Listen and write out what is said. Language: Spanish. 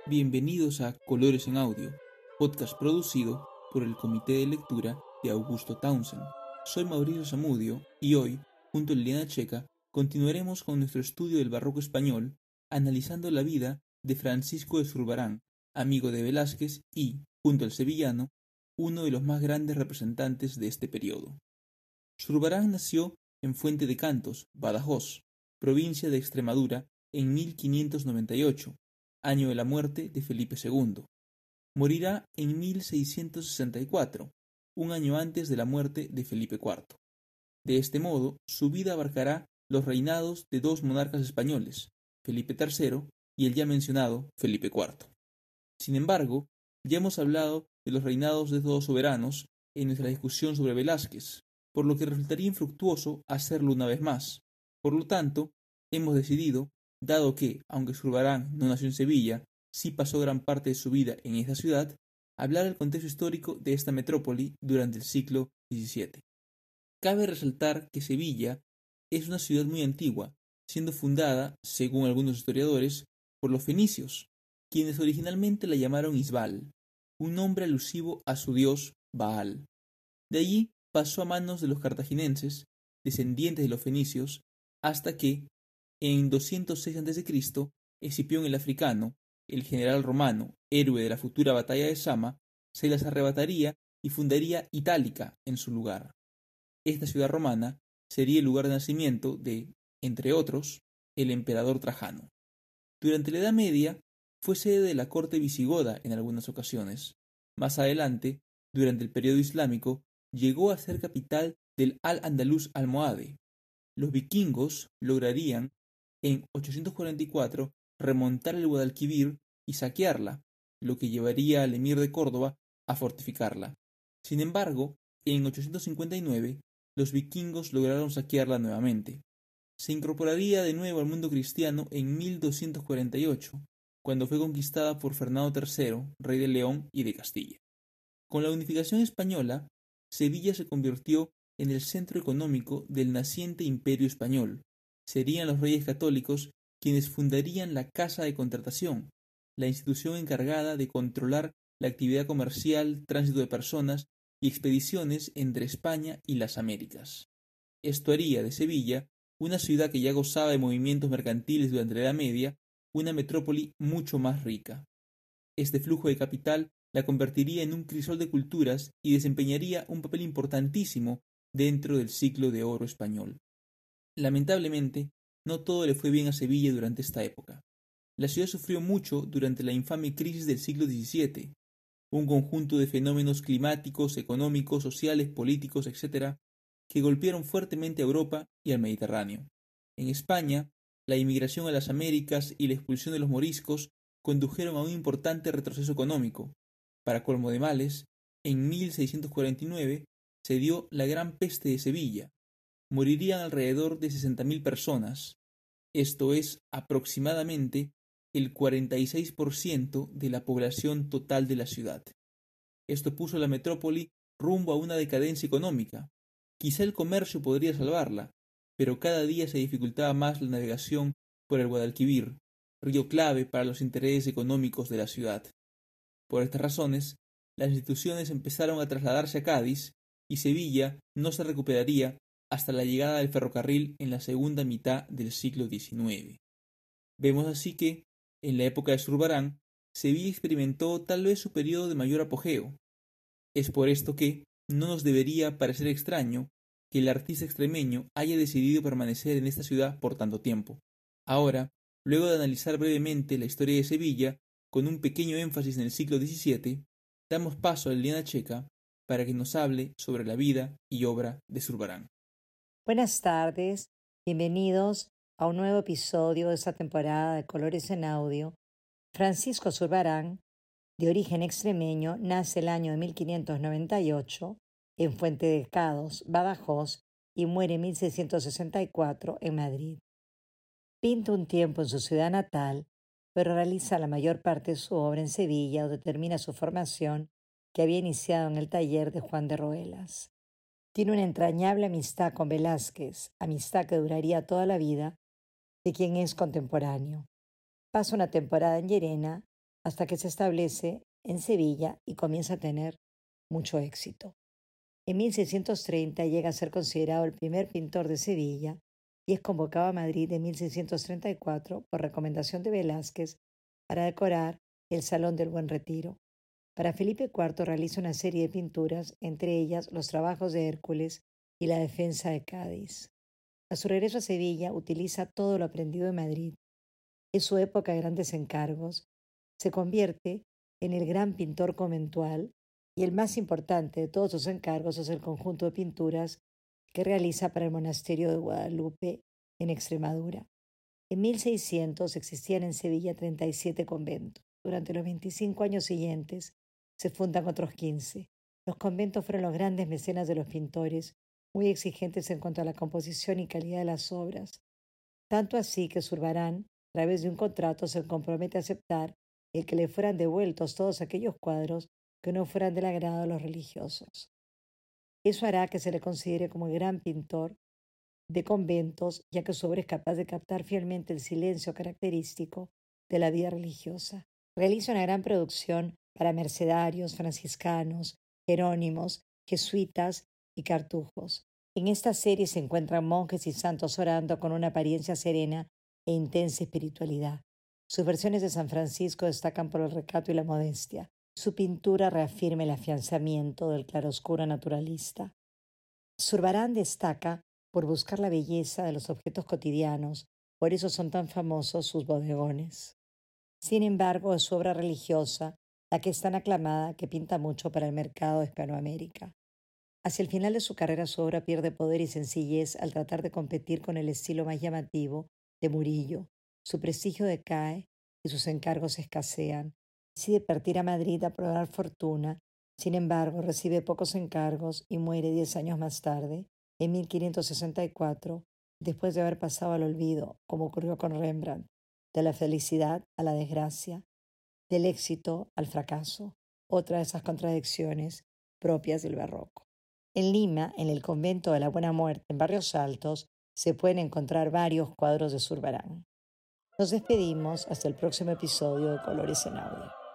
Bienvenidos a Colores en Audio, podcast producido por el Comité de Lectura de Augusto Townsend. Soy Mauricio Zamudio y hoy, junto a Liliana Checa, continuaremos con nuestro estudio del barroco español, analizando la vida de Francisco de Zurbarán, amigo de Velázquez y, junto al sevillano, uno de los más grandes representantes de este periodo. Zurbarán nació en Fuente de Cantos, Badajoz, provincia de Extremadura, en 1598, año de la muerte de Felipe II. Morirá en 1664, un año antes de la muerte de Felipe IV. De este modo, su vida abarcará los reinados de dos monarcas españoles, Felipe III y el ya mencionado Felipe IV. Sin embargo, ya hemos hablado de los reinados de estos dos soberanos en nuestra discusión sobre Velázquez, por lo que resultaría infructuoso hacerlo una vez más. Por lo tanto, hemos decidido, dado que, aunque Zurbarán no nació en Sevilla, sí pasó gran parte de su vida en esta ciudad, hablar del contexto histórico de esta metrópoli durante el siglo XVII. Cabe resaltar que Sevilla es una ciudad muy antigua, siendo fundada, según algunos historiadores, por los fenicios, quienes originalmente la llamaron Isbal, un nombre alusivo a su dios Baal. De allí pasó a manos de los cartagineses, descendientes de los fenicios, hasta que, en 206 a.C., Escipión el Africano, el general romano, héroe de la futura batalla de Sama, se las arrebataría y fundaría Itálica en su lugar. Esta ciudad romana sería el lugar de nacimiento de, entre otros, el emperador Trajano. Durante la Edad Media fue sede de la corte visigoda en algunas ocasiones. Más adelante, durante el periodo islámico, llegó a ser capital del Al-Andalus almohade. Los vikingos lograrían, en 844, remontar el Guadalquivir y saquearla, lo que llevaría al emir de Córdoba a fortificarla. Sin embargo, en 859, los vikingos lograron saquearla nuevamente. Se incorporaría de nuevo al mundo cristiano en 1248, cuando fue conquistada por Fernando III, rey de León y de Castilla. Con la unificación española, Sevilla se convirtió en el centro económico del naciente Imperio Español. Serían los reyes católicos quienes fundarían la Casa de Contratación, la institución encargada de controlar la actividad comercial, tránsito de personas y expediciones entre España y las Américas. Esto haría de Sevilla, una ciudad que ya gozaba de movimientos mercantiles durante la Edad Media, una metrópoli mucho más rica. Este flujo de capital la convertiría en un crisol de culturas y desempeñaría un papel importantísimo dentro del siglo de oro español. Lamentablemente, no todo le fue bien a Sevilla durante esta época. La ciudad sufrió mucho durante la infame crisis del siglo XVII, un conjunto de fenómenos climáticos, económicos, sociales, políticos, etc., que golpearon fuertemente a Europa y al Mediterráneo. En España, la inmigración a las Américas y la expulsión de los moriscos condujeron a un importante retroceso económico. Para colmo de males, en 1649 se dio la Gran Peste de Sevilla. Morirían alrededor de 60.000 personas, esto es aproximadamente el 46% de la población total de la ciudad. Esto puso a la metrópoli rumbo a una decadencia económica. Quizá el comercio podría salvarla, pero cada día se dificultaba más la navegación por el Guadalquivir, río clave para los intereses económicos de la ciudad. Por estas razones, las instituciones empezaron a trasladarse a Cádiz y Sevilla no se recuperaría hasta la llegada del ferrocarril en la segunda mitad del siglo XIX. Vemos así que, en la época de Zurbarán, Sevilla experimentó tal vez su periodo de mayor apogeo. Es por esto que no nos debería parecer extraño que el artista extremeño haya decidido permanecer en esta ciudad por tanto tiempo. Ahora, luego de analizar brevemente la historia de Sevilla, con un pequeño énfasis en el siglo XVII, damos paso a Liliana Checa para que nos hable sobre la vida y obra de Zurbarán. Buenas tardes, bienvenidos a un nuevo episodio de esta temporada de Colores en Audio. Francisco Zurbarán, de origen extremeño, nace el año de 1598 en Fuente de Cantos, Badajoz, y muere en 1664 en Madrid. Pinta un tiempo en su ciudad natal, pero realiza la mayor parte de su obra en Sevilla, donde termina su formación que había iniciado en el taller de Juan de Roelas. Tiene una entrañable amistad con Velázquez, amistad que duraría toda la vida, de quien es contemporáneo. Pasa una temporada en Llerena hasta que se establece en Sevilla y comienza a tener mucho éxito. En 1630 llega a ser considerado el primer pintor de Sevilla y es convocado a Madrid en 1634 por recomendación de Velázquez para decorar el Salón del Buen Retiro. Para Felipe IV realiza una serie de pinturas, entre ellas los trabajos de Hércules y la defensa de Cádiz. A su regreso a Sevilla utiliza todo lo aprendido en Madrid. Es su época de grandes encargos. Se convierte en el gran pintor conventual y el más importante de todos sus encargos es el conjunto de pinturas que realiza para el monasterio de Guadalupe en Extremadura. En 1600 existían en Sevilla 37 conventos. Durante los 25 años siguientes se fundan otros 15. Los conventos fueron los grandes mecenas de los pintores, muy exigentes en cuanto a la composición y calidad de las obras. Tanto así que Zurbarán, a través de un contrato, se compromete a aceptar el que le fueran devueltos todos aquellos cuadros que no fueran del agrado de los religiosos. Eso hará que se le considere como el gran pintor de conventos, ya que su obra es capaz de captar fielmente el silencio característico de la vida religiosa. Realiza una gran producción para mercedarios, franciscanos, jerónimos, jesuitas y cartujos. En esta serie se encuentran monjes y santos orando con una apariencia serena e intensa espiritualidad. Sus versiones de San Francisco destacan por el recato y la modestia. Su pintura reafirma el afianzamiento del claroscuro naturalista. Zurbarán destaca por buscar la belleza de los objetos cotidianos, por eso son tan famosos sus bodegones. Sin embargo, es su obra religiosa la que es tan aclamada que pinta mucho para el mercado de Hispanoamérica. Hacia el final de su carrera su obra pierde poder y sencillez al tratar de competir con el estilo más llamativo de Murillo. Su prestigio decae y sus encargos escasean. Decide partir a Madrid a probar fortuna. Sin embargo, recibe pocos encargos y muere 10 años más tarde, en 1564, después de haber pasado al olvido, como ocurrió con Rembrandt, de la felicidad a la desgracia, del éxito al fracaso, otra de esas contradicciones propias del barroco. En Lima, en el convento de la Buena Muerte, en Barrios Altos, se pueden encontrar varios cuadros de Zurbarán. Nos despedimos hasta el próximo episodio de Colores en Audio.